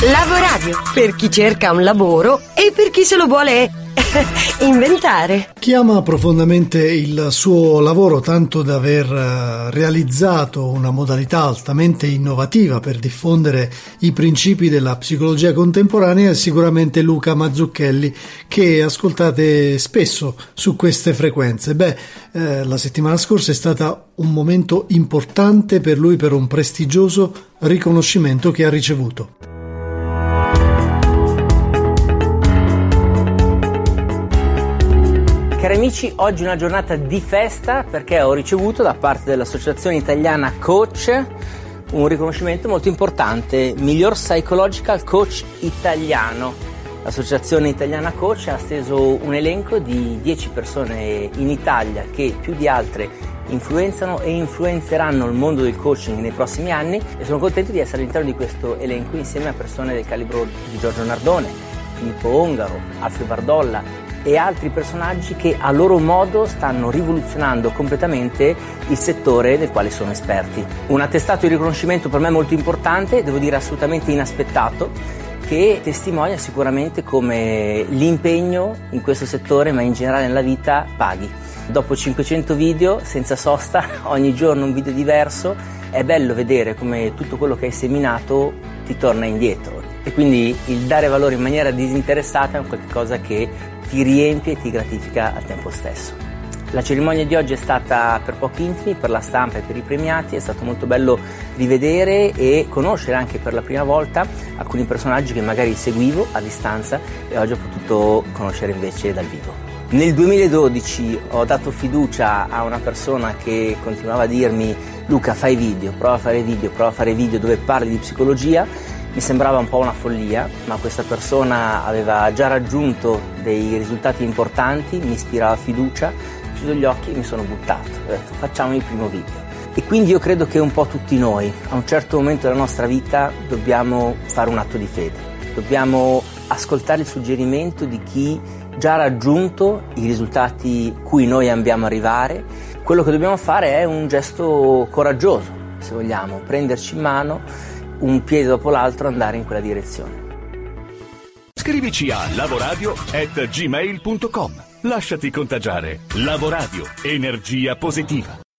Lavoradio, per chi cerca un lavoro e per chi se lo vuole inventare. Chi ama profondamente il suo lavoro tanto da aver realizzato una modalità altamente innovativa per diffondere i principi della psicologia contemporanea è sicuramente Luca Mazzucchelli, che ascoltate spesso su queste frequenze. La settimana scorsa è stata un momento importante per lui, per un prestigioso riconoscimento che ha ricevuto. Cari amici, oggi è una giornata di festa perché ho ricevuto da parte dell'Associazione Italiana Coach un riconoscimento molto importante, Miglior Psychological Coach Italiano. L'Associazione Italiana Coach ha steso un elenco di 10 persone in Italia che più di altre influenzano e influenzeranno il mondo del coaching nei prossimi anni, e sono contento di essere all'interno di questo elenco insieme a persone del calibro di Giorgio Nardone, Filippo Ongaro, Alfio Bardolla e altri personaggi che a loro modo stanno rivoluzionando completamente il settore del quale sono esperti. Un attestato di riconoscimento per me molto importante, devo dire assolutamente inaspettato, che testimonia sicuramente come l'impegno in questo settore, ma in generale nella vita, paghi. Dopo 500 video senza sosta, ogni giorno un video diverso, è bello vedere come tutto quello che hai seminato ti torna indietro, e quindi il dare valore in maniera disinteressata è un qualcosa che ti riempie e ti gratifica al tempo stesso. La cerimonia di oggi è stata per pochi intimi, per la stampa e per i premiati. È stato molto bello rivedere e conoscere anche per la prima volta alcuni personaggi che magari seguivo a distanza e oggi ho potuto conoscere invece dal vivo. Nel 2012 ho dato fiducia a una persona che continuava a dirmi: Luca, fai video, prova a fare video dove parli di psicologia. Mi sembrava un po' una follia, ma questa persona aveva già raggiunto dei risultati importanti, mi ispirava fiducia, ho chiuso gli occhi e mi sono buttato. Ho detto: facciamo il primo video. E quindi io credo che un po' tutti noi, a un certo momento della nostra vita, dobbiamo fare un atto di fede. Dobbiamo ascoltare il suggerimento di chi già ha raggiunto i risultati cui noi ambiamo arrivare. Quello che dobbiamo fare è un gesto coraggioso, se vogliamo, prenderci in mano, un piede dopo l'altro, andare in quella direzione. Scrivici a lavoradio@gmail.com. Lasciati contagiare. Lavoradio, energia positiva.